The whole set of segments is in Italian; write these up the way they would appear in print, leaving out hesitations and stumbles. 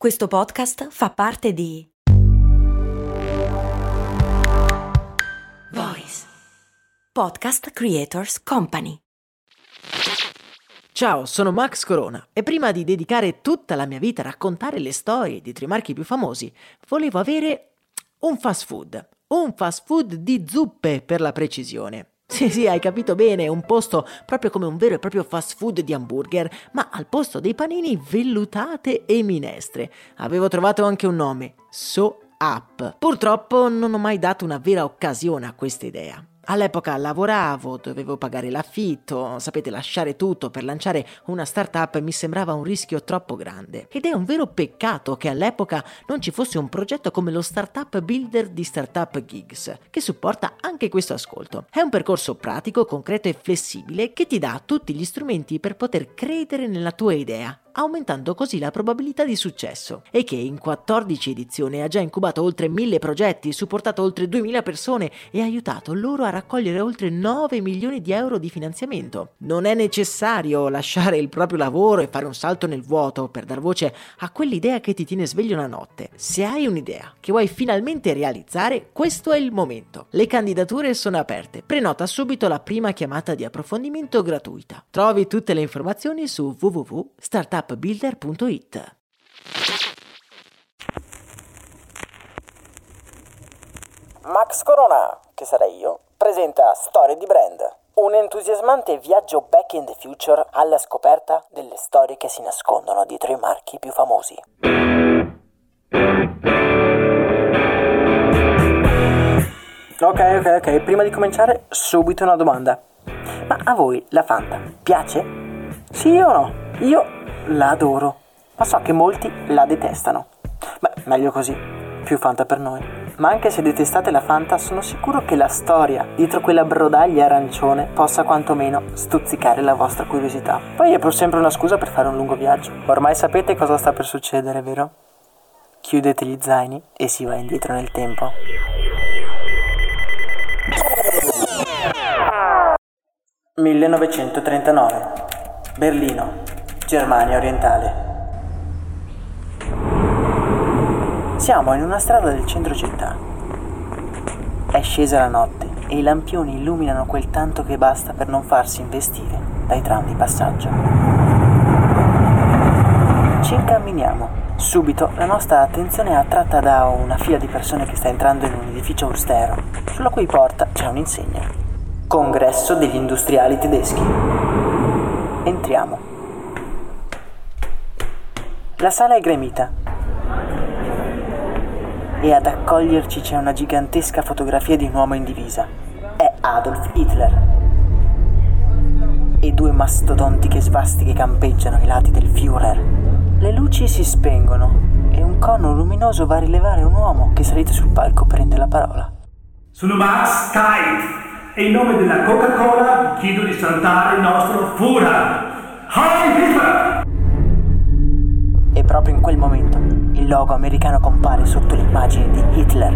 Questo podcast fa parte di Voice Podcast Creators Company. Ciao, sono Max Corona e prima di dedicare tutta la mia vita a raccontare le storie di tre marchi più famosi, volevo avere un fast food di zuppe per la precisione. Sì, hai capito bene, un posto proprio come un vero e proprio fast food di hamburger, ma al posto dei panini vellutate e minestre. Avevo trovato anche un nome, So Up. Purtroppo non ho mai dato una vera occasione a questa idea. All'epoca lavoravo, dovevo pagare l'affitto, sapete, lasciare tutto per lanciare una startup mi sembrava un rischio troppo grande. Ed è un vero peccato che all'epoca non ci fosse un progetto come lo Startup Builder di Startup Gigs, che supporta anche questo ascolto. È un percorso pratico, concreto e flessibile che ti dà tutti gli strumenti per poter credere nella tua idea, aumentando così la probabilità di successo, e che in 14 edizioni ha già incubato oltre 1000 progetti, supportato oltre 2000 persone e aiutato loro a raccogliere oltre 9 milioni di euro di finanziamento. Non è necessario lasciare il proprio lavoro e fare un salto nel vuoto per dar voce a quell'idea che ti tiene sveglio la notte. Se hai un'idea che vuoi finalmente realizzare, questo è il momento. Le candidature sono aperte. Prenota subito la prima chiamata di approfondimento gratuita. Trovi tutte le informazioni su www.startupbuilder.it. Max Corona, che sarei io, presenta Storie di Brand, un entusiasmante viaggio back in the future alla scoperta delle storie che si nascondono dietro i marchi più famosi. Ok, prima di cominciare subito una domanda. Ma a voi la Fanta piace? Sì o no? Io la adoro, ma so che molti la detestano. Beh, meglio così, più Fanta per noi. Ma anche se detestate la Fanta, sono sicuro che la storia dietro quella brodaglia arancione possa quantomeno stuzzicare la vostra curiosità. Poi è pur sempre una scusa per fare un lungo viaggio. Ormai sapete cosa sta per succedere, vero? Chiudete gli zaini e si va indietro nel tempo. (1939) Berlino, Germania orientale. Siamo in una strada del centro città. È scesa la notte e i lampioni illuminano quel tanto che basta per non farsi investire dai tram di passaggio. Ci incamminiamo. Subito la nostra attenzione è attratta da una fila di persone che sta entrando in un edificio austero, sulla cui porta c'è un'insegna: Congresso degli industriali tedeschi. Entriamo. La sala è gremita e ad accoglierci c'è una gigantesca fotografia di un uomo in divisa. È Adolf Hitler. E due mastodontiche svastiche campeggiano ai lati del Führer. Le luci si spengono e un cono luminoso va a rilevare un uomo che salito sul palco prende la parola. Sono Max Kite e in nome della Coca-Cola chiedo di salutare il nostro Führer. Heil Hitler! E proprio in quel momento il logo americano compare sotto l'immagine di Hitler.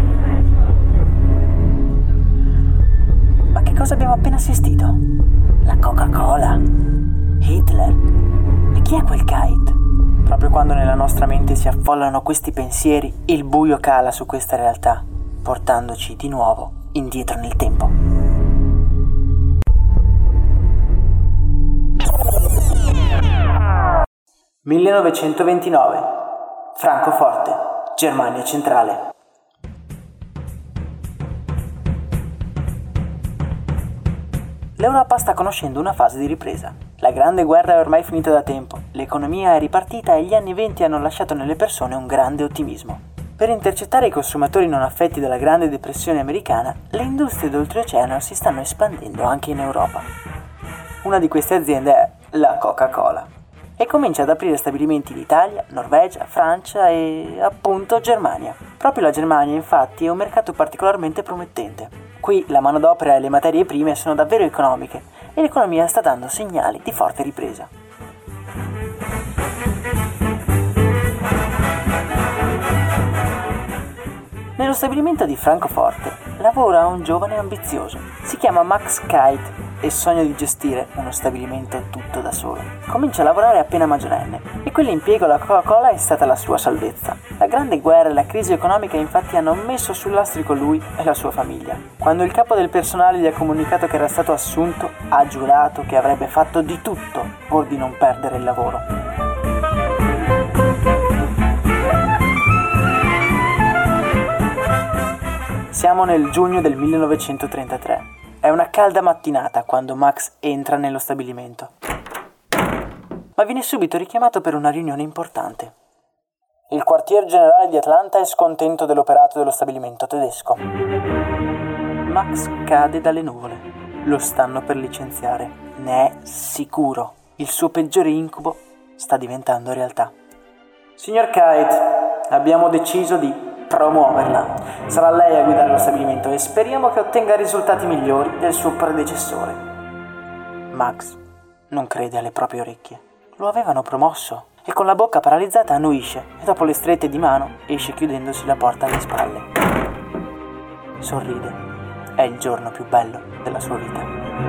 Ma che cosa abbiamo appena assistito? La Coca-Cola? Hitler? E chi è quel Kite? Proprio quando nella nostra mente si affollano questi pensieri, il buio cala su questa realtà, portandoci di nuovo indietro nel tempo. (1929) Francoforte, Germania centrale. L'Europa sta conoscendo una fase di ripresa. La grande guerra è ormai finita da tempo, l'economia è ripartita e gli anni '20 hanno lasciato nelle persone un grande ottimismo. Per intercettare i consumatori non affetti dalla Grande Depressione americana, le industrie d'oltreoceano si stanno espandendo anche in Europa. Una di queste aziende è la Coca-Cola e comincia ad aprire stabilimenti in Italia, Norvegia, Francia e appunto Germania. Proprio la Germania infatti è un mercato particolarmente promettente. Qui la manodopera e le materie prime sono davvero economiche e l'economia sta dando segnali di forte ripresa. Nello stabilimento di Francoforte lavora un giovane ambizioso. Si chiama Max Kite e sogna di gestire uno stabilimento tutto da solo. Comincia a lavorare appena maggiorenne e quell'impiego alla Coca-Cola è stata la sua salvezza. La grande guerra e la crisi economica infatti hanno messo sul lastrico lui e la sua famiglia. Quando il capo del personale gli ha comunicato che era stato assunto, ha giurato che avrebbe fatto di tutto pur di non perdere il lavoro. Siamo nel giugno del 1933. È una calda mattinata quando Max entra nello stabilimento. Ma viene subito richiamato per una riunione importante. Il quartier generale di Atlanta è scontento dell'operato dello stabilimento tedesco. Max cade dalle nuvole. Lo stanno per licenziare. Ne è sicuro. Il suo peggiore incubo sta diventando realtà. Signor Kite, abbiamo deciso di promuoverla. Sarà lei a guidare lo stabilimento e speriamo che ottenga risultati migliori del suo predecessore. Max non crede alle proprie orecchie. Lo avevano promosso e con la bocca paralizzata annuisce e dopo le strette di mano esce chiudendosi la porta alle spalle. Sorride. È il giorno più bello della sua vita.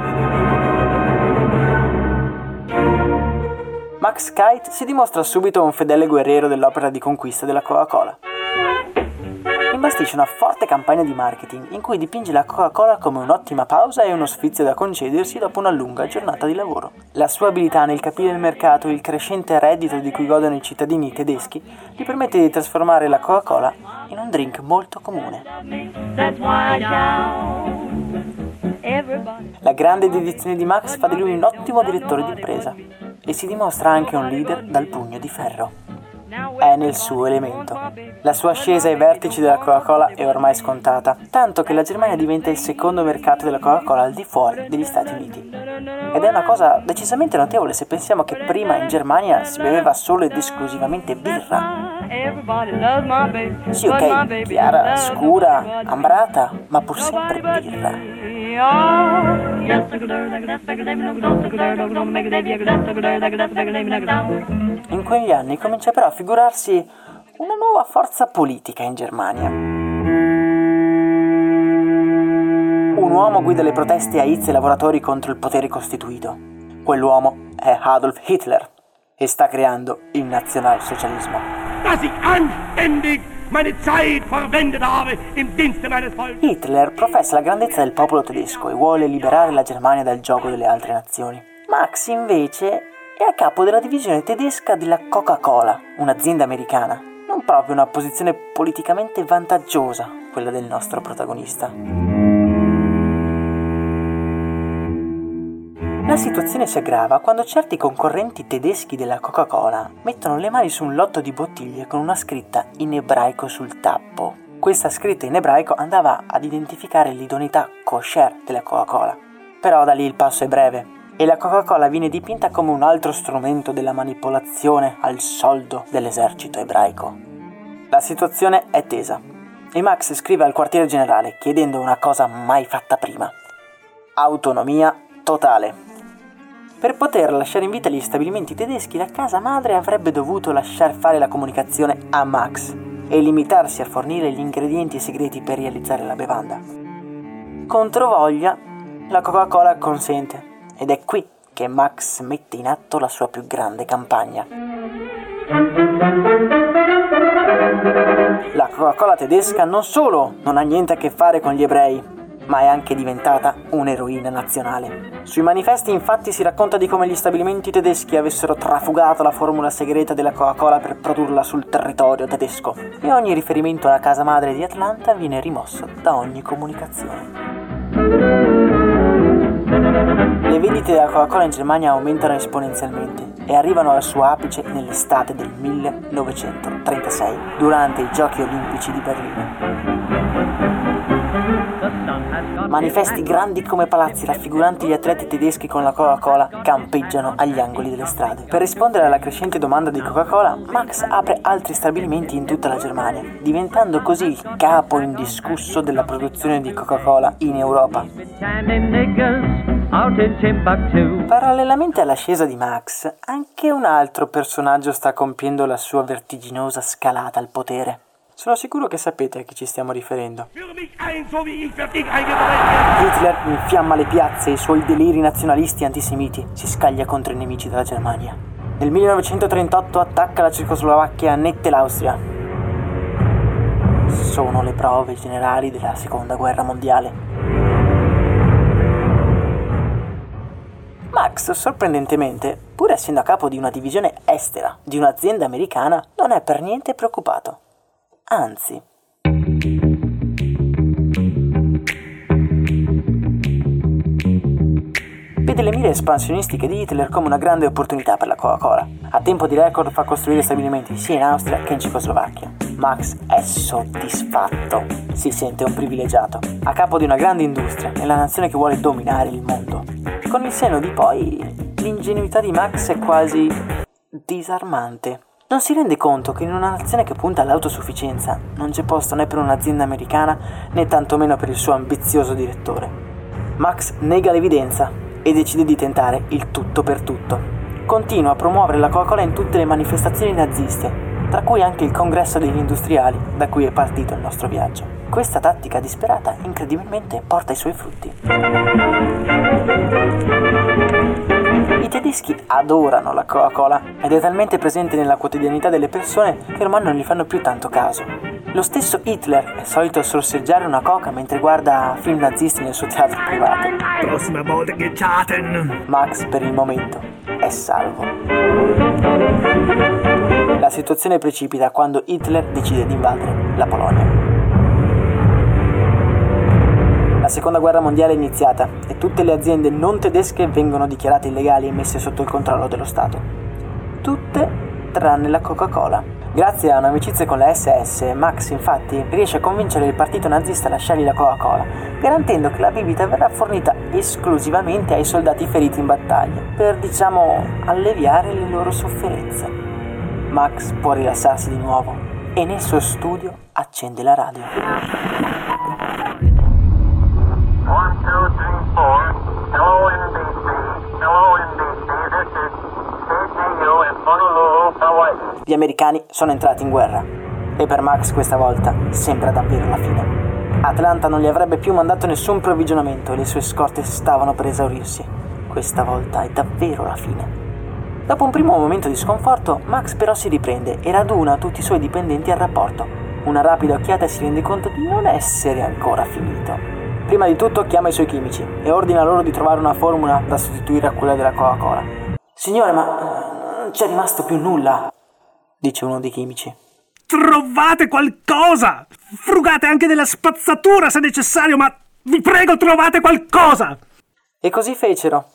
Max Kite si dimostra subito un fedele guerriero dell'opera di conquista della Coca-Cola. Imbastisce una forte campagna di marketing in cui dipinge la Coca-Cola come un'ottima pausa e uno sfizio da concedersi dopo una lunga giornata di lavoro. La sua abilità nel capire il mercato e il crescente reddito di cui godono i cittadini tedeschi gli permette di trasformare la Coca-Cola in un drink molto comune. La grande dedizione di Max fa di lui un ottimo direttore di impresa e si dimostra anche un leader dal pugno di ferro. È nel suo elemento. La sua ascesa ai vertici della Coca-Cola è ormai scontata, tanto che la Germania diventa il secondo mercato della Coca-Cola al di fuori degli Stati Uniti. Ed è una cosa decisamente notevole se pensiamo che prima in Germania si beveva solo ed esclusivamente birra. Sì, ok, chiara, scura, ambrata, ma pur sempre birra. In quegli anni comincia però a figurarsi una nuova forza politica in Germania. Un uomo guida le proteste a Hitler e lavoratori contro il potere costituito. Quell'uomo è Adolf Hitler e sta creando il nazionalsocialismo. Hitler professa la grandezza del popolo tedesco e vuole liberare la Germania dal gioco delle altre nazioni. Max invece è a capo della divisione tedesca della Coca-Cola, un'azienda americana. Non proprio una posizione politicamente vantaggiosa, quella del nostro protagonista. La situazione si aggrava quando certi concorrenti tedeschi della Coca-Cola mettono le mani su un lotto di bottiglie con una scritta in ebraico sul tappo. Questa scritta in ebraico andava ad identificare l'idoneità kosher della Coca-Cola. Però da lì il passo è breve e la Coca-Cola viene dipinta come un altro strumento della manipolazione al soldo dell'esercito ebraico. La situazione è tesa e Max scrive al quartiere generale chiedendo una cosa mai fatta prima: autonomia totale. Per poter lasciare in vita gli stabilimenti tedeschi, la casa madre avrebbe dovuto lasciar fare la comunicazione a Max e limitarsi a fornire gli ingredienti segreti per realizzare la bevanda. Controvoglia, la Coca-Cola consente ed è qui che Max mette in atto la sua più grande campagna. La Coca-Cola tedesca non solo non ha niente a che fare con gli ebrei, ma è anche diventata un'eroina nazionale. Sui manifesti infatti si racconta di come gli stabilimenti tedeschi avessero trafugato la formula segreta della Coca-Cola per produrla sul territorio tedesco e ogni riferimento alla casa madre di Atlanta viene rimosso da ogni comunicazione. Le vendite della Coca-Cola in Germania aumentano esponenzialmente e arrivano al suo apice nell'estate del 1936, durante i Giochi Olimpici di Berlino. Manifesti grandi come palazzi raffiguranti gli atleti tedeschi con la Coca-Cola campeggiano agli angoli delle strade. Per rispondere alla crescente domanda di Coca-Cola, Max apre altri stabilimenti in tutta la Germania, diventando così il capo indiscusso della produzione di Coca-Cola in Europa. Parallelamente all'ascesa di Max, anche un altro personaggio sta compiendo la sua vertiginosa scalata al potere. Sono sicuro che sapete a chi ci stiamo riferendo. Führe mich ein, so wie ich für dich eingenommen Hitler infiamma le piazze e i suoi deliri nazionalisti antisemiti, si scaglia contro i nemici della Germania. Nel 1938 attacca la Cecoslovacchia e annette l'Austria. Sono le prove generali della Seconda Guerra Mondiale. Max, sorprendentemente, pur essendo a capo di una divisione estera di un'azienda americana, non è per niente preoccupato. Anzi. Vede le mire espansionistiche di Hitler come una grande opportunità per la Coca-Cola. A tempo di record fa costruire stabilimenti sia in Austria che in Cecoslovacchia. Max è soddisfatto, si sente un privilegiato, a capo di una grande industria nella nazione che vuole dominare il mondo. Con il senno di poi, l'ingenuità di Max è quasi disarmante. Non si rende conto che in una nazione che punta all'autosufficienza non c'è posto né per un'azienda americana né tantomeno per il suo ambizioso direttore. Max nega l'evidenza e decide di tentare il tutto per tutto. Continua a promuovere la Coca-Cola in tutte le manifestazioni naziste, tra cui anche il congresso degli industriali da cui è partito il nostro viaggio. Questa tattica disperata incredibilmente porta i suoi frutti. I tedeschi adorano la Coca-Cola ed è talmente presente nella quotidianità delle persone che ormai non gli fanno più tanto caso. Lo stesso Hitler è solito sorseggiare una coca mentre guarda film nazisti nel suo teatro privato. Prossima volta che chatten. Max per il momento è salvo. La situazione precipita quando Hitler decide di invadere la Polonia. La seconda guerra mondiale è iniziata e tutte le aziende non tedesche vengono dichiarate illegali e messe sotto il controllo dello Stato. Tutte tranne la Coca-Cola. Grazie a un'amicizia con la SS, Max infatti riesce a convincere il partito nazista a lasciargli la Coca-Cola, garantendo che la bibita verrà fornita esclusivamente ai soldati feriti in battaglia, per, alleviare le loro sofferenze. Max può rilassarsi di nuovo e nel suo studio accende la radio. 1, 2, 3, 4. Hello NBC. Hello NBC. This is KTU in Honolulu, Hawaii. Gli americani sono entrati in guerra e per Max questa volta sembra davvero la fine. Atlanta non gli avrebbe più mandato nessun provvigionamento e le sue scorte stavano per esaurirsi. Questa volta è davvero la fine. Dopo un primo momento di sconforto, Max però si riprende e raduna tutti i suoi dipendenti al rapporto. Una rapida occhiata e si rende conto di non essere ancora finito. Prima di tutto chiama i suoi chimici e ordina loro di trovare una formula da sostituire a quella della Coca-Cola. Signore, ma non c'è rimasto più nulla, dice uno dei chimici. Trovate qualcosa! Frugate anche della spazzatura se necessario, ma vi prego trovate qualcosa! E così fecero.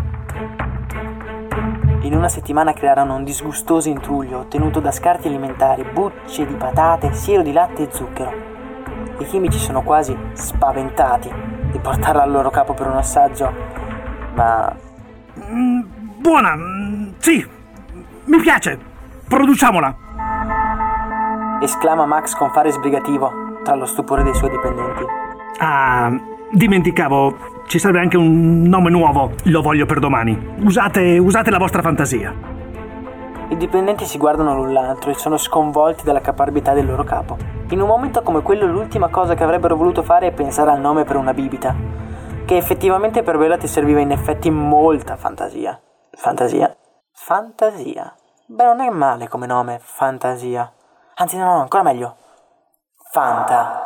In una settimana crearono un disgustoso intruglio ottenuto da scarti alimentari, bucce di patate, siero di latte e zucchero. I chimici sono quasi spaventati di portarla al loro capo per un assaggio, ma... Buona, sì, mi piace, produciamola! Esclama Max con fare sbrigativo tra lo stupore dei suoi dipendenti. Ah, dimenticavo, ci serve anche un nome nuovo, lo voglio per domani. Usate la vostra fantasia. I dipendenti si guardano l'un l'altro e sono sconvolti dalla caparbietà del loro capo. In un momento come quello l'ultima cosa che avrebbero voluto fare è pensare al nome per una bibita, che effettivamente per Bella ti serviva in effetti molta fantasia. Fantasia? Fantasia. Beh, non è male come nome, fantasia. Anzi no, ancora meglio. Fanta.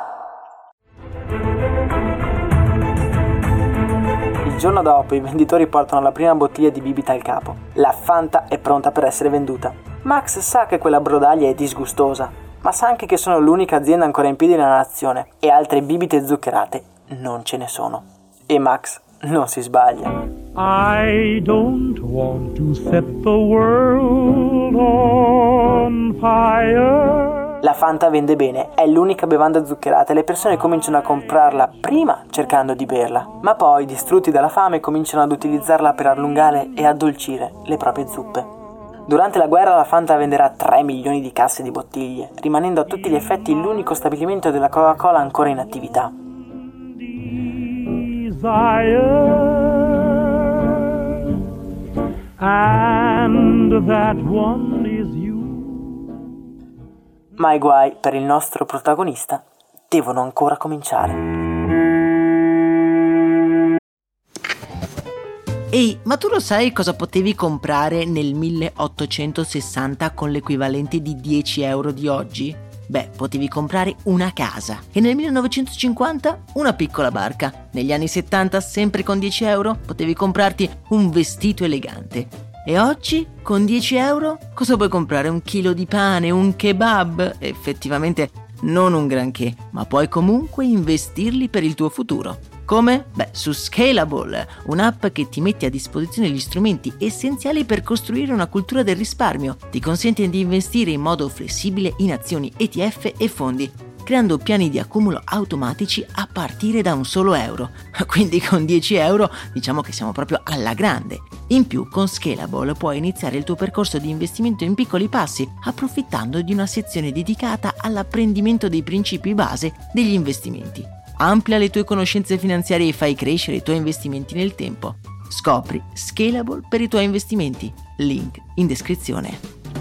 Il giorno dopo i venditori portano la prima bottiglia di bibita al capo. La Fanta è pronta per essere venduta. Max sa che quella brodaglia è disgustosa, ma sa anche che sono l'unica azienda ancora in piedi nella nazione e altre bibite zuccherate non ce ne sono. E Max non si sbaglia. I don't want to set the world on fire. La Fanta vende bene, è l'unica bevanda zuccherata e le persone cominciano a comprarla prima cercando di berla, ma poi, distrutti dalla fame, cominciano ad utilizzarla per allungare e addolcire le proprie zuppe. Durante la guerra la Fanta venderà 3 milioni di casse di bottiglie, rimanendo a tutti gli effetti l'unico stabilimento della Coca-Cola ancora in attività. And that one is you. Ma i guai per il nostro protagonista devono ancora cominciare. Ehi, ma tu lo sai cosa potevi comprare nel 1860 con l'equivalente di 10 euro di oggi? Beh, potevi comprare una casa e nel 1950 una piccola barca. Negli anni 70, sempre con 10 euro, potevi comprarti un vestito elegante. E oggi, con 10 euro, cosa puoi comprare? Un chilo di pane, un kebab? Effettivamente non un granché, ma puoi comunque investirli per il tuo futuro. Come? Beh, su Scalable, un'app che ti mette a disposizione gli strumenti essenziali per costruire una cultura del risparmio. Ti consente di investire in modo flessibile in azioni, ETF e fondi, creando piani di accumulo automatici a partire da un solo euro. Quindi con 10 euro diciamo che siamo proprio alla grande. In più, con Scalable puoi iniziare il tuo percorso di investimento in piccoli passi, approfittando di una sezione dedicata all'apprendimento dei principi base degli investimenti. Amplia le tue conoscenze finanziarie e fai crescere i tuoi investimenti nel tempo. Scopri Scalable per i tuoi investimenti. Link in descrizione.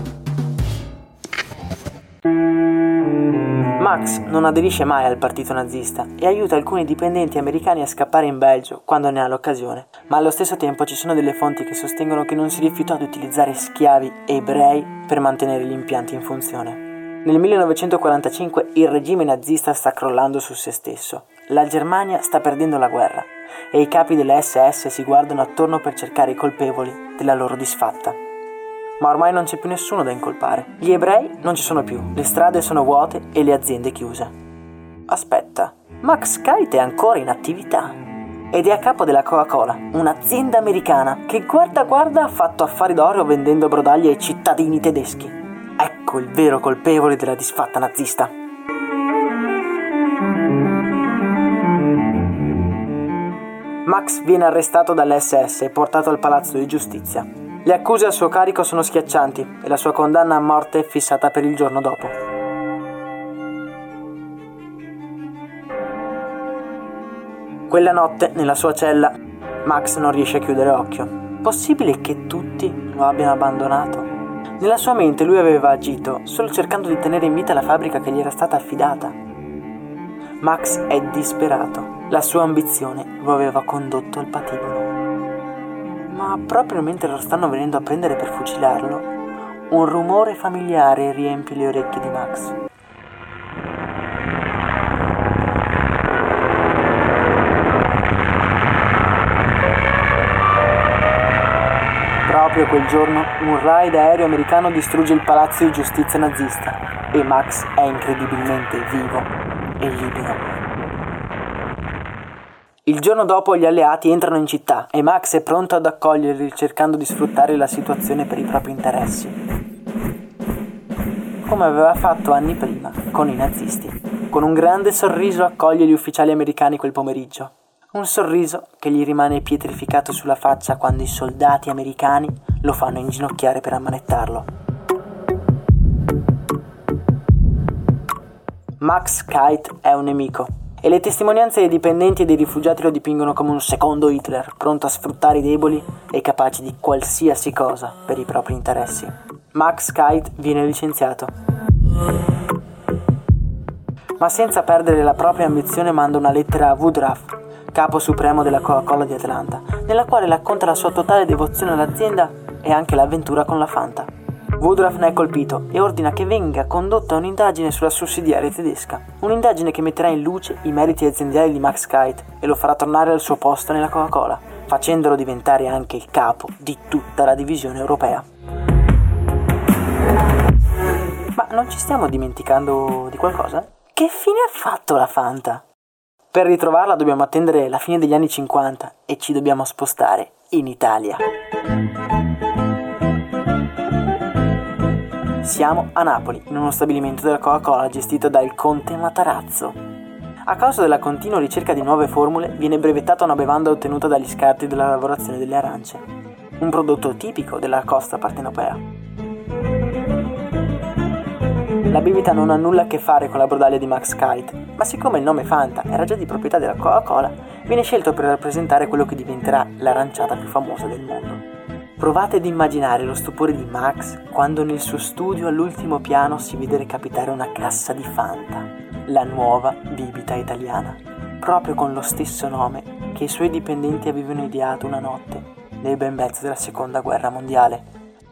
Max non aderisce mai al partito nazista e aiuta alcuni dipendenti americani a scappare in Belgio quando ne ha l'occasione, ma allo stesso tempo ci sono delle fonti che sostengono che non si rifiutò di utilizzare schiavi ebrei per mantenere gli impianti in funzione. Nel 1945 il regime nazista sta crollando su se stesso, la Germania sta perdendo la guerra e i capi delle SS si guardano attorno per cercare i colpevoli della loro disfatta. Ma ormai non c'è più nessuno da incolpare. Gli ebrei non ci sono più, le strade sono vuote e le aziende chiuse. Aspetta, Max Kite è ancora in attività ed è a capo della Coca-Cola, un'azienda americana che guarda ha fatto affari d'oro vendendo brodaglie ai cittadini tedeschi. Ecco il vero colpevole della disfatta nazista. Max viene arrestato dall'SS e portato al palazzo di giustizia. Le accuse a suo carico sono schiaccianti e la sua condanna a morte è fissata per il giorno dopo. Quella notte, nella sua cella, Max non riesce a chiudere occhio. Possibile che tutti lo abbiano abbandonato? Nella sua mente lui aveva agito solo cercando di tenere in vita la fabbrica che gli era stata affidata. Max è disperato. La sua ambizione lo aveva condotto al patibolo. Ma proprio mentre lo stanno venendo a prendere per fucilarlo, un rumore familiare riempie le orecchie di Max. Proprio quel giorno un raid aereo americano distrugge il palazzo di giustizia nazista e Max è incredibilmente vivo e libero. Il giorno dopo gli alleati entrano in città e Max è pronto ad accoglierli cercando di sfruttare la situazione per i propri interessi, come aveva fatto anni prima con i nazisti. Con un grande sorriso accoglie gli ufficiali americani quel pomeriggio. Un sorriso che gli rimane pietrificato sulla faccia quando i soldati americani lo fanno inginocchiare per ammanettarlo. Max Kite è un nemico e le testimonianze dei dipendenti e dei rifugiati lo dipingono come un secondo Hitler, pronto a sfruttare i deboli e capace di qualsiasi cosa per i propri interessi. Max Kite viene licenziato, ma senza perdere la propria ambizione manda una lettera a Woodruff, capo supremo della Coca-Cola di Atlanta, nella quale racconta la sua totale devozione all'azienda e anche l'avventura con la Fanta. Woodruff ne è colpito e ordina che venga condotta un'indagine sulla sussidiaria tedesca, un'indagine che metterà in luce i meriti aziendali di Max Kite e lo farà tornare al suo posto nella Coca-Cola, facendolo diventare anche il capo di tutta la divisione europea. Ma non ci stiamo dimenticando di qualcosa? Che fine ha fatto la Fanta? Per ritrovarla dobbiamo attendere la fine degli anni 50 e ci dobbiamo spostare in Italia. Siamo a Napoli, in uno stabilimento della Coca-Cola gestito dal Conte Matarazzo. A causa della continua ricerca di nuove formule, viene brevettata una bevanda ottenuta dagli scarti della lavorazione delle arance, un prodotto tipico della costa partenopea. La bibita non ha nulla a che fare con la brodaglia di Max Kite, ma siccome il nome Fanta era già di proprietà della Coca-Cola, viene scelto per rappresentare quello che diventerà l'aranciata più famosa del mondo. Provate ad immaginare lo stupore di Max quando nel suo studio all'ultimo piano si vede recapitare una cassa di Fanta, la nuova bibita italiana, proprio con lo stesso nome che i suoi dipendenti avevano ideato una notte nel bel mezzo della Seconda Guerra Mondiale.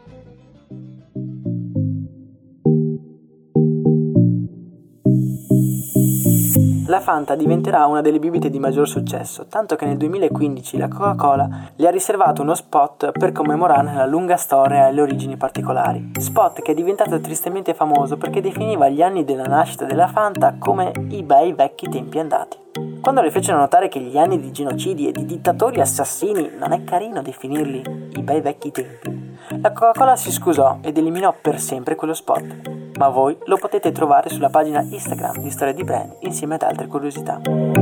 La Fanta diventerà una delle bibite di maggior successo, tanto che nel 2015 la Coca-Cola le ha riservato uno spot per commemorarne la lunga storia e le origini particolari. Spot che è diventato tristemente famoso perché definiva gli anni della nascita della Fanta come i bei vecchi tempi andati. Quando le fecero notare che gli anni di genocidi e di dittatori assassini non è carino definirli i bei vecchi tempi, la Coca-Cola si scusò ed eliminò per sempre quello spot. Ma voi lo potete trovare sulla pagina Instagram di Storia di Brand insieme ad altre curiosità.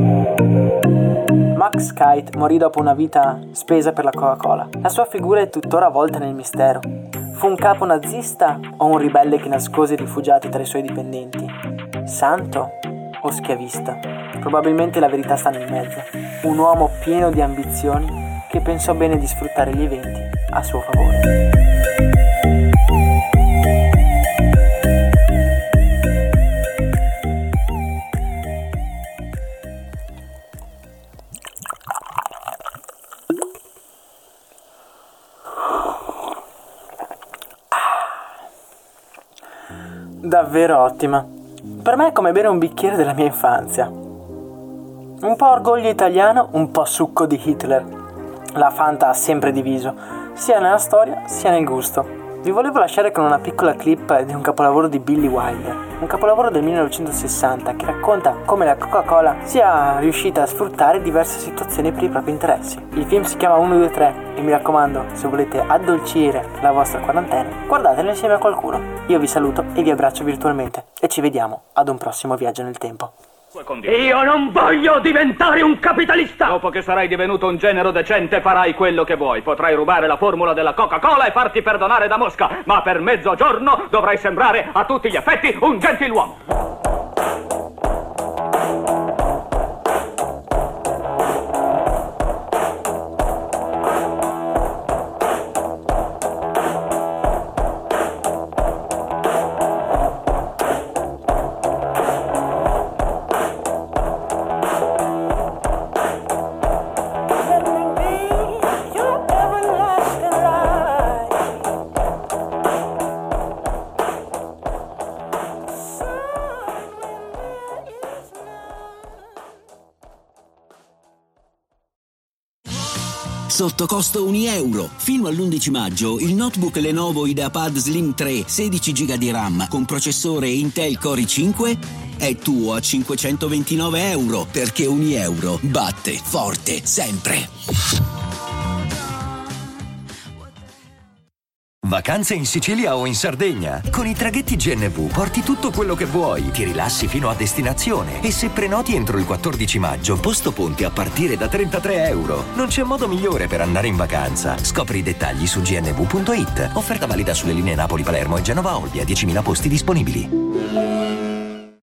Max Kite morì dopo una vita spesa per la Coca-Cola. La sua figura è tuttora avvolta nel mistero. Fu un capo nazista o un ribelle che nascose i rifugiati tra i suoi dipendenti? Santo o schiavista? Probabilmente la verità sta nel mezzo. Un uomo pieno di ambizioni che pensò bene di sfruttare gli eventi a suo favore. Davvero ottima. Per me è come bere un bicchiere della mia infanzia. Un po' orgoglio italiano, un po' succo di Hitler. La Fanta ha sempre diviso, sia nella storia sia nel gusto. Vi volevo lasciare con una piccola clip di un capolavoro di Billy Wilder, un capolavoro del 1960 che racconta come la Coca-Cola sia riuscita a sfruttare diverse situazioni per i propri interessi. Il film si chiama 1, 2, 3 e mi raccomando, se volete addolcire la vostra quarantena, guardatelo insieme a qualcuno. Io vi saluto e vi abbraccio virtualmente e ci vediamo ad un prossimo viaggio nel tempo. Io non voglio diventare un capitalista! Dopo che sarai divenuto un genero decente farai quello che vuoi. Potrai rubare la formula della Coca-Cola e farti perdonare da Mosca, ma per mezzogiorno dovrai sembrare a tutti gli effetti un gentiluomo. Sotto costo €1. Fino all'11 maggio il notebook Lenovo IdeaPad Slim 3 16 GB di RAM con processore Intel Core i5 è tuo a €529 perché €1 batte forte sempre. Vacanze in Sicilia o in Sardegna. Con i traghetti GNV porti tutto quello che vuoi, ti rilassi fino a destinazione e se prenoti entro il 14 maggio, posto ponti a partire da €33. Non c'è modo migliore per andare in vacanza. Scopri i dettagli su gnv.it. Offerta valida sulle linee Napoli-Palermo e Genova-Olbia, 10.000 posti disponibili.